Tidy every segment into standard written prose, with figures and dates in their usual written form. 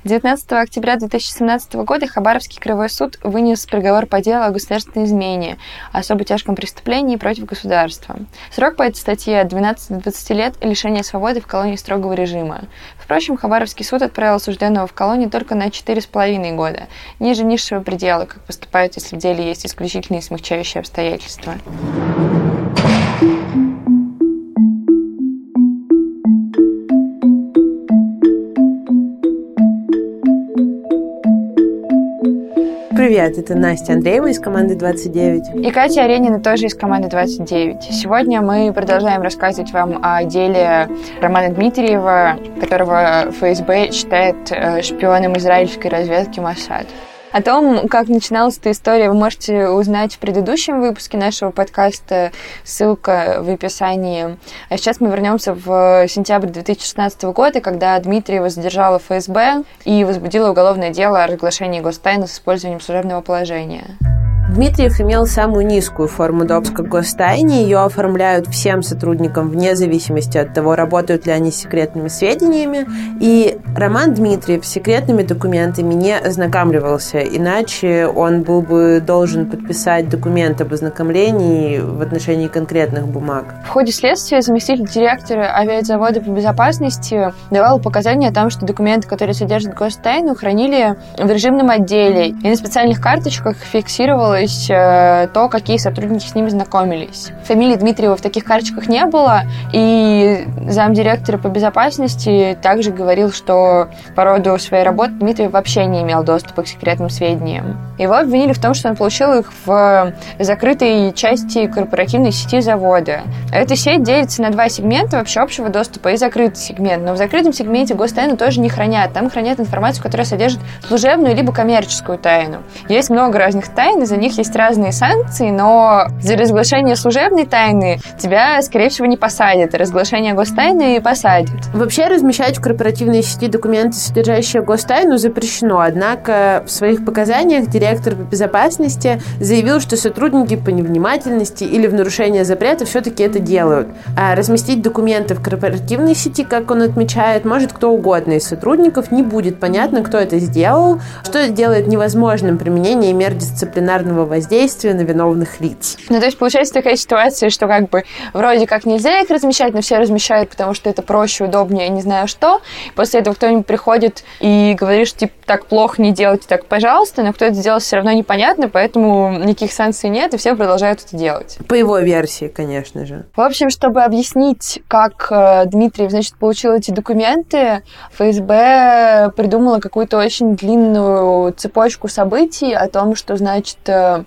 19 октября 2017 года Хабаровский краевой суд вынес приговор по делу о государственной измене, особо тяжком преступлении против государства. Срок по этой статье от 12 до 20 лет лишения свободы в колонии строгого режима. Впрочем, Хабаровский суд отправил осужденного в колонию только на 4,5 года, ниже низшего предела, как поступают, если в деле есть исключительные смягчающие обстоятельства. Привет, это Настя Андреева из команды 29. И Катя Аренина тоже из команды 29. Сегодня мы продолжаем рассказывать вам о деле Романа Дмитриева, которого ФСБ считает шпионом израильской разведки Моссад. О том, как начиналась эта история, вы можете узнать в предыдущем выпуске нашего подкаста. Ссылка в описании. А сейчас мы вернемся в сентябрь 2016 года, когда Дмитриева задержала ФСБ и возбудила уголовное дело о разглашении гостайны с использованием служебного положения. Дмитриев имел самую низкую форму допуска к гостайне. Ее оформляют всем сотрудникам вне зависимости от того, работают ли они с секретными сведениями. И Роман Дмитриев с секретными документами не ознакомливался, иначе он был бы должен подписать документ об ознакомлении в отношении конкретных бумаг. В ходе следствия заместитель директора авиазавода по безопасности давал показания о том, что документы, которые содержат гостайну, хранили в режимном отделе. И на специальных карточках фиксировалось то, какие сотрудники с ними знакомились. Фамилии Дмитриева в таких карточках не было, и замдиректора по безопасности также говорил, что по роду своей работы Дмитриев вообще не имел доступа к секретным сведениям. Его обвинили в том, что он получил их в закрытой части корпоративной сети завода. Эта сеть делится на два сегмента вообще общего доступа и закрытый сегмент. Но в закрытом сегменте гостайну тоже не хранят. Там хранят информацию, которая содержит служебную либо коммерческую тайну. Есть много разных тайн, и за них есть разные санкции, но за разглашение служебной тайны тебя, скорее всего, не посадят, а разглашение гостайны посадят. Вообще размещать в корпоративной сети документы, содержащие гостайну, запрещено. Однако в своих показаниях директор по безопасности заявил, что сотрудники по невнимательности или в нарушение запрета все-таки это делают. А разместить документы в корпоративной сети, как он отмечает, может кто угодно из сотрудников. Не будет понятно, кто это сделал, что это делает невозможным применение мер дисциплинарного воздействия на виновных лиц. Ну, то есть получается такая ситуация, что как бы вроде как нельзя их размещать, но все размещают, потому что это проще, удобнее, не знаю что. После этого кто-нибудь приходит и говорит, что типа так плохо не делайте, так пожалуйста, но кто это сделал, все равно непонятно, поэтому никаких санкций нет, и все продолжают это делать. По его версии, конечно же. В общем, чтобы объяснить, как Дмитриев, значит, получил эти документы, ФСБ придумала какую-то очень длинную цепочку событий о том, что, значит,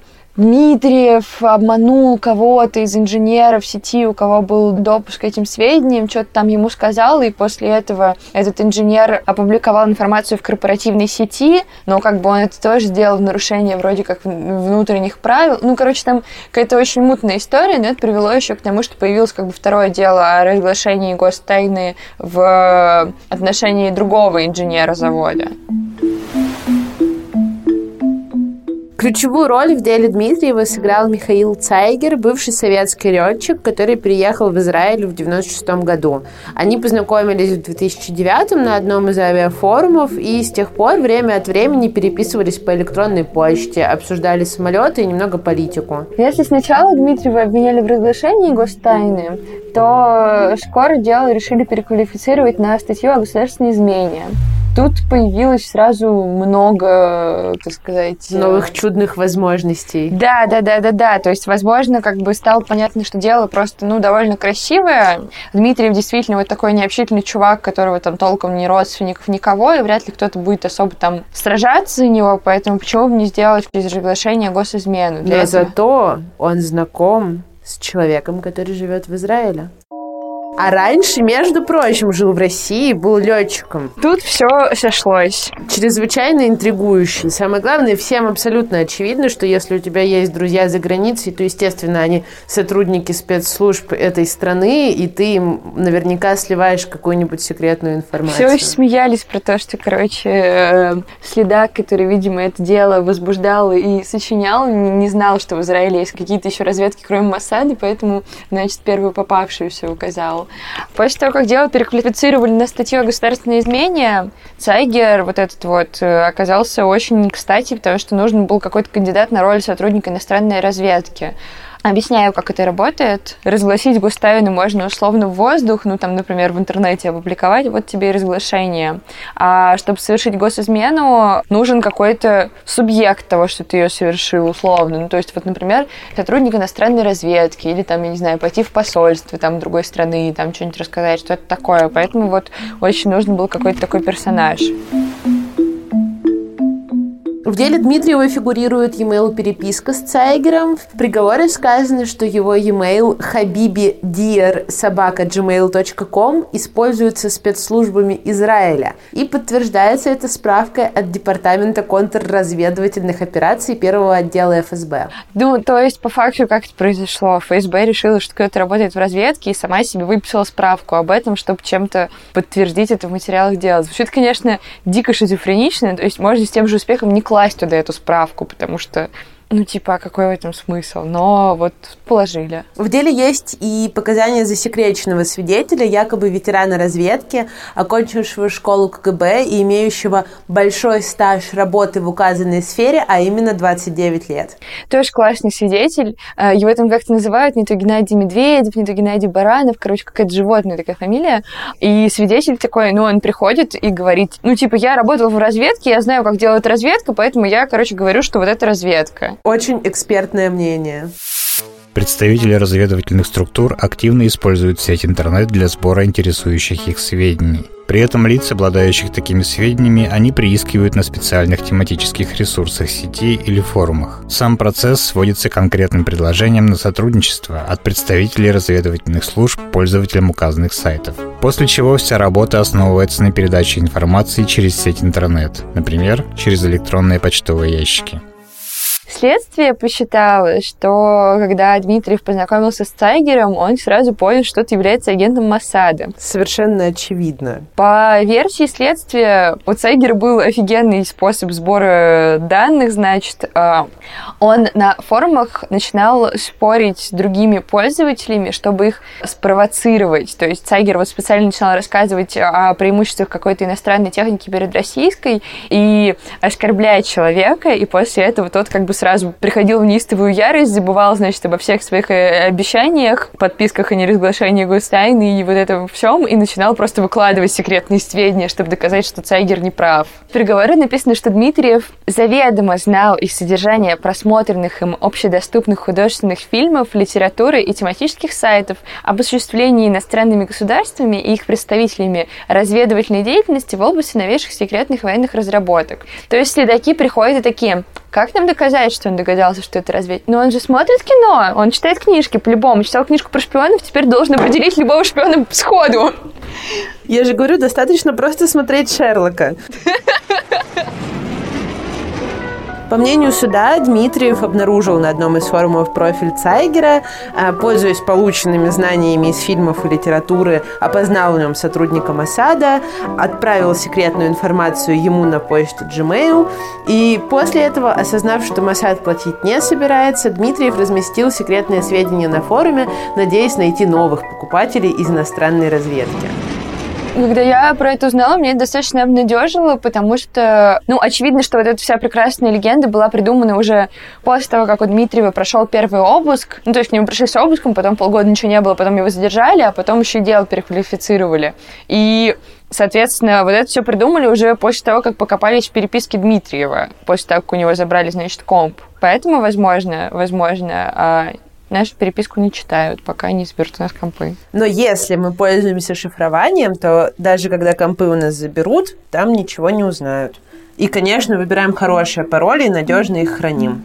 Дмитриев обманул кого-то из инженеров сети, у кого был допуск к этим сведениям, что-то там ему сказал, и после этого этот инженер опубликовал информацию в корпоративной сети, но как бы он это тоже сделал в нарушение вроде как внутренних правил. Ну, короче, там какая-то очень мутная история, но это привело еще к тому, что появилось как бы второе дело о разглашении гостайны в отношении другого инженера завода. Ключевую роль в деле Дмитриева сыграл Михаил Цайгер, бывший советский летчик, который приехал в Израиль в 1996 году. Они познакомились в 2009 на одном из авиафорумов и с тех пор время от времени переписывались по электронной почте, обсуждали самолеты и немного политику. Если сначала Дмитриева обвиняли в разглашении гостайны, то скоро дело решили переквалифицировать на статью о государственной измене. Тут появилось сразу много, так сказать... новых чудных возможностей. Да. То есть, возможно, как бы стало понятно, что дело просто, довольно красивое. Дмитриев действительно вот такой необщительный чувак, которого там толком ни родственников, никого, и вряд ли кто-то будет особо там сражаться за него, поэтому почему бы не сделать из разглашения госизмену? Но зато он знаком с человеком, который живет в Израиле. А раньше, между прочим, жил в России, был летчиком. Тут все сошлось. Чрезвычайно интригующе. Самое главное, всем абсолютно очевидно, что если у тебя есть друзья за границей, то, естественно, они сотрудники спецслужб этой страны, и ты им наверняка сливаешь какую-нибудь секретную информацию. Все очень смеялись про то, что, следак, который, видимо, это дело возбуждал и сочинял, не знал, что в Израиле есть какие-то еще разведки, кроме Моссада, поэтому, значит, первую попавшуюся указал. После того, как дело переквалифицировали на статью о государственной измене, Цайгер вот этот вот оказался очень не кстати, потому что нужен был какой-то кандидат на роль сотрудника иностранной разведки. Объясняю, как это работает. Разгласить гостайну можно условно в воздух, ну, там, например, в интернете опубликовать, вот тебе и разглашение. А чтобы совершить госизмену, нужен какой-то субъект того, что ты ее совершил условно. Ну, то есть, вот, например, сотрудник иностранной разведки или, там, я не знаю, пойти в посольство, там, другой страны, там, что-нибудь рассказать, что это такое. Поэтому вот очень нужен был какой-то такой персонаж. В деле Дмитриева фигурирует e-mail-переписка с Цайгером. В приговоре сказано, что его e-mail habibidear@gmail.com используется спецслужбами Израиля. И подтверждается это справкой от Департамента контрразведывательных операций первого отдела ФСБ. Ну, то есть, по факту, как это произошло? ФСБ решила, что кто-то работает в разведке, и сама себе выписала справку об этом, чтобы чем-то подтвердить это в материалах дела. Звучит, конечно, дико шизофренично, то есть можно с тем же успехом не класть туда эту справку, потому что, ну, типа, а какой в этом смысл? Но вот положили. В деле есть и показания засекреченного свидетеля, якобы ветерана разведки, окончившего школу КГБ и имеющего большой стаж работы в указанной сфере, а именно 29 лет. Тоже классный свидетель. Его там как-то называют не то Геннадий Медведев, не то Геннадий Баранов, короче, какая-то животная такая фамилия. И свидетель такой, ну, он приходит и говорит, ну, типа, я работал в разведке, я знаю, как делает разведка, поэтому я, короче, говорю, что вот это разведка. Очень экспертное мнение. Представители разведывательных структур активно используют сеть интернет для сбора интересующих их сведений. При этом лиц, обладающих такими сведениями, они приискивают на специальных тематических ресурсах сети или форумах. Сам процесс сводится к конкретным предложениям на сотрудничество от представителей разведывательных служб пользователям указанных сайтов. После чего вся работа основывается на передаче информации через сеть интернет, например, через электронные почтовые ящики. Следствие посчитало, что когда Дмитриев познакомился с Цайгером, он сразу понял, что тот является агентом Моссада. Совершенно очевидно. По версии следствия, у Цайгера был офигенный способ сбора данных, значит, он на форумах начинал спорить с другими пользователями, чтобы их спровоцировать. То есть Цайгер вот специально начинал рассказывать о преимуществах какой-то иностранной техники перед российской и оскорблять человека, и после этого тот как бы сразу приходил в неистовую ярость, забывал, значит, обо всех своих обещаниях, подписках о неразглашении гостайны и вот этом всем, и начинал просто выкладывать секретные сведения, чтобы доказать, что Цайгер не прав. В приговоре написано, что Дмитриев заведомо знал из содержания просмотренных им общедоступных художественных фильмов, литературы и тематических сайтов об осуществлении иностранными государствами и их представителями разведывательной деятельности в области новейших секретных военных разработок. То есть следаки приходят и такие: как нам доказать, что он догадался, что это разведчик? Но он же смотрит кино, он читает книжки, по-любому. Читал книжку про шпионов, теперь должен определить любого шпиона сходу. Я же говорю, достаточно просто смотреть Шерлока. По мнению суда, Дмитриев обнаружил на одном из форумов профиль Цайгера, пользуясь полученными знаниями из фильмов и литературы, опознал в нем сотрудника Моссада, отправил секретную информацию ему на почту Gmail, и после этого, осознав, что Моссад платить не собирается, Дмитриев разместил секретные сведения на форуме, надеясь найти новых покупателей из иностранной разведки. Когда я про это узнала, меня это достаточно обнадежило, потому что, ну, очевидно, что вот эта вся прекрасная легенда была придумана уже после того, как у Дмитриева прошел первый обыск. Ну, то есть к нему пришли с обыском, потом полгода ничего не было, потом его задержали, а потом еще и дело переквалифицировали. И, соответственно, вот это все придумали уже после того, как покопались в переписке Дмитриева, после того, как у него забрали, значит, комп. Поэтому, возможно, нашу переписку не читают, пока не заберут у нас компы. Но если мы пользуемся шифрованием, то даже когда компы у нас заберут, там ничего не узнают. И, конечно, выбираем хорошие пароли и надежно их храним.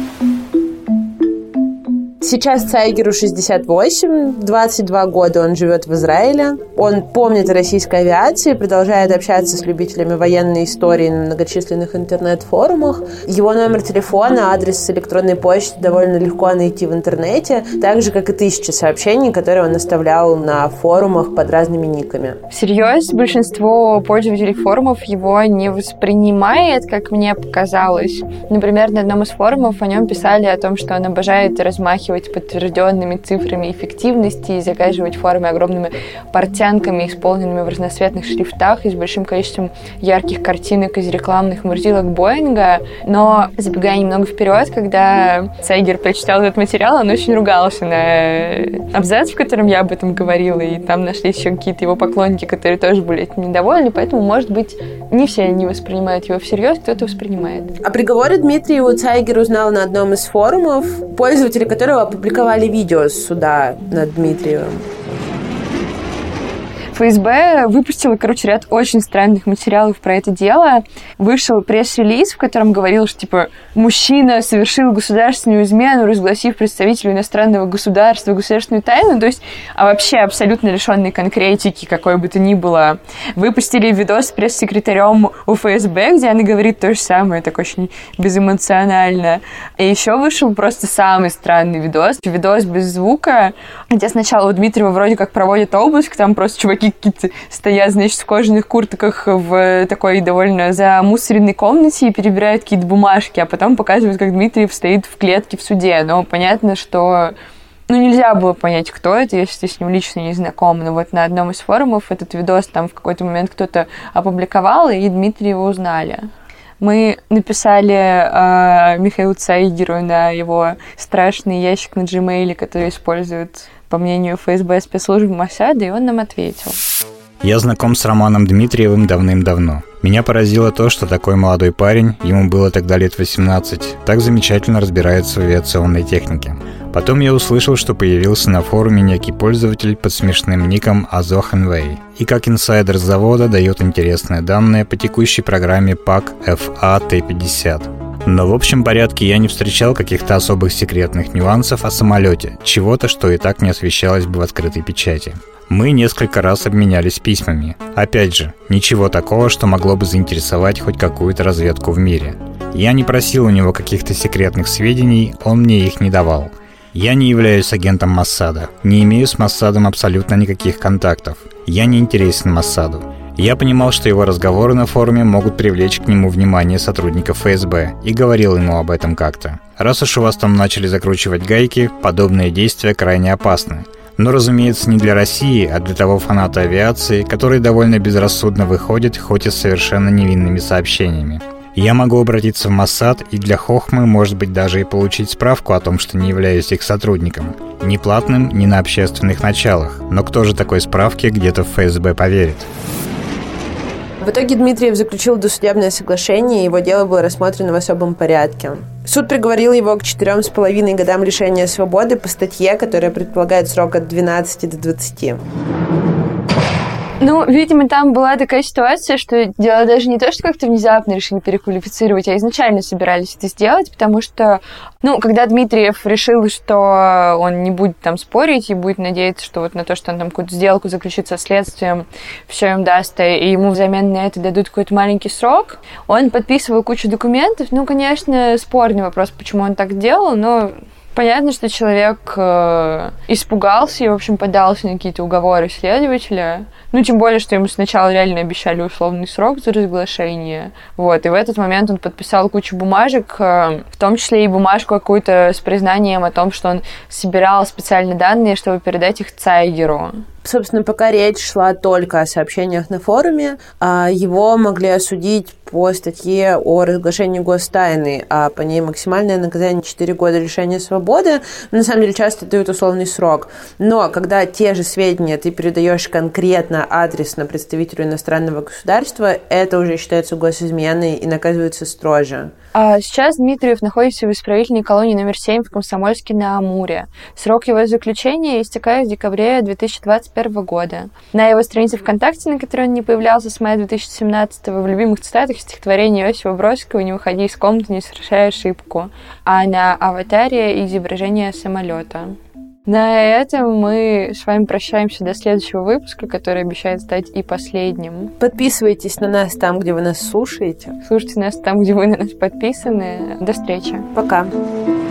Сейчас Цайгеру 68, 22 года он живет в Израиле. Он помнит о российской авиации, продолжает общаться с любителями военной истории на многочисленных интернет-форумах. Его номер телефона, адрес с электронной почты довольно легко найти в интернете, так же, как и тысячи сообщений, которые он оставлял на форумах под разными никами. Всерьез большинство пользователей форумов его не воспринимает, как мне показалось. Например, на одном из форумов о нем писали о том, что он обожает размахивать запугивать подтвержденными цифрами эффективности и заказывать формы огромными портянками, исполненными в разноцветных шрифтах и с большим количеством ярких картинок из рекламных мурзилок Боинга. Но, забегая немного вперед, когда Сайгер прочитал этот материал, он очень ругался на абзац, в котором я об этом говорила, и там нашлись еще какие-то его поклонники, которые тоже были этим недовольны, поэтому, может быть, не все они воспринимают его всерьез, кто-то воспринимает. О приговоре Дмитриеву Сайгер узнал на одном из форумов, пользователи которого опубликовали видео с суда над Дмитриевым. ФСБ выпустила, ряд очень странных материалов про это дело. Вышел пресс-релиз, в котором говорилось, что, мужчина совершил государственную измену, разгласив представителю иностранного государства государственную тайну, то есть, вообще абсолютно лишенной конкретики, какой бы то ни было. Выпустили видос с пресс-секретарем у ФСБ, где она говорит то же самое, так очень безэмоционально. И еще вышел просто самый странный видос без звука, где сначала у Дмитриева вроде как проводят обыск, там просто чуваки какие-то стоят, в кожаных куртках в такой довольно замусоренной комнате и перебирают какие-то бумажки, а потом показывают, как Дмитриев стоит в клетке в суде. Но понятно, что нельзя было понять, кто это, если ты с ним лично не знаком. Но вот на одном из форумов этот видос там в какой-то момент кто-то опубликовал, и Дмитриева узнали. Мы написали Михаилу Сайгеру на его страшный ящик на Gmail, который используют, по мнению ФСБ, спецслужб Моссада, и он нам ответил. Я знаком с Романом Дмитриевым давным-давно. Меня поразило то, что такой молодой парень, ему было тогда лет 18, так замечательно разбирается в авиационной технике. Потом я услышал, что появился на форуме некий пользователь под смешным ником Азохенвей, и как инсайдер завода дает интересные данные по текущей программе ПАК FA-T50. Но в общем порядке я не встречал каких-то особых секретных нюансов о самолете, чего-то, что и так не освещалось бы в открытой печати. Мы несколько раз обменялись письмами. Опять же, ничего такого, что могло бы заинтересовать хоть какую-то разведку в мире. Я не просил у него каких-то секретных сведений, он мне их не давал. Я не являюсь агентом Моссада, не имею с Моссадом абсолютно никаких контактов. Я не интересен Моссаду. Я понимал, что его разговоры на форуме могут привлечь к нему внимание сотрудников ФСБ, и говорил ему об этом как-то. Раз уж у вас там начали закручивать гайки, подобные действия крайне опасны. Но, разумеется, не для России, а для того фаната авиации, который довольно безрассудно выходит, хоть и с совершенно невинными сообщениями. Я могу обратиться в Моссад и для хохмы, может быть, даже и получить справку о том, что не являюсь их сотрудником. Ни платным, ни на общественных началах. Но кто же такой справке где-то в ФСБ поверит? В итоге Дмитриев заключил досудебное соглашение, и его дело было рассмотрено в особом порядке. Суд приговорил его к 4,5 годам лишения свободы по статье, которая предполагает срок от 12 до 20. Видимо, там была такая ситуация, что дело даже не то, что как-то внезапно решили переквалифицировать, а изначально собирались это сделать, потому что, когда Дмитриев решил, что он не будет там спорить и будет надеяться, что вот на то, что он там какую-то сделку заключит со следствием, все им даст, и ему взамен на это дадут какой-то маленький срок, он подписывал кучу документов. Конечно, спорный вопрос, почему он так делал, но понятно, что человек испугался и, в общем, поддался на какие-то уговоры следователя. Тем более, что ему сначала реально обещали условный срок за разглашение. И в этот момент он подписал кучу бумажек, в том числе и бумажку какую-то с признанием о том, что он собирал специальные данные, чтобы передать их Сайгеру. Собственно, пока речь шла только о сообщениях на форуме, его могли осудить по статье о разглашении гостайны, а по ней максимальное наказание 4 года лишения свободы. На самом деле часто дают условный срок. Но когда те же сведения ты передаешь конкретно адресно представителю иностранного государства, это уже считается госизменой и наказывается строже. Сейчас Дмитриев находится в исправительной колонии номер 7 в Комсомольске-на-Амуре. Срок его заключения истекает в декабре 2021 года. На его странице ВКонтакте, на которой он не появлялся с мая 2017-го, в любимых цитатах стихотворения Иосифа Бродского «Не выходи из комнаты, не совершай ошибку», а на аватаре изображение самолета. На этом мы с вами прощаемся до следующего выпуска, который обещает стать и последним. Подписывайтесь на нас там, где вы нас слушаете. Слушайте нас там, где вы на нас подписаны. До встречи. Пока.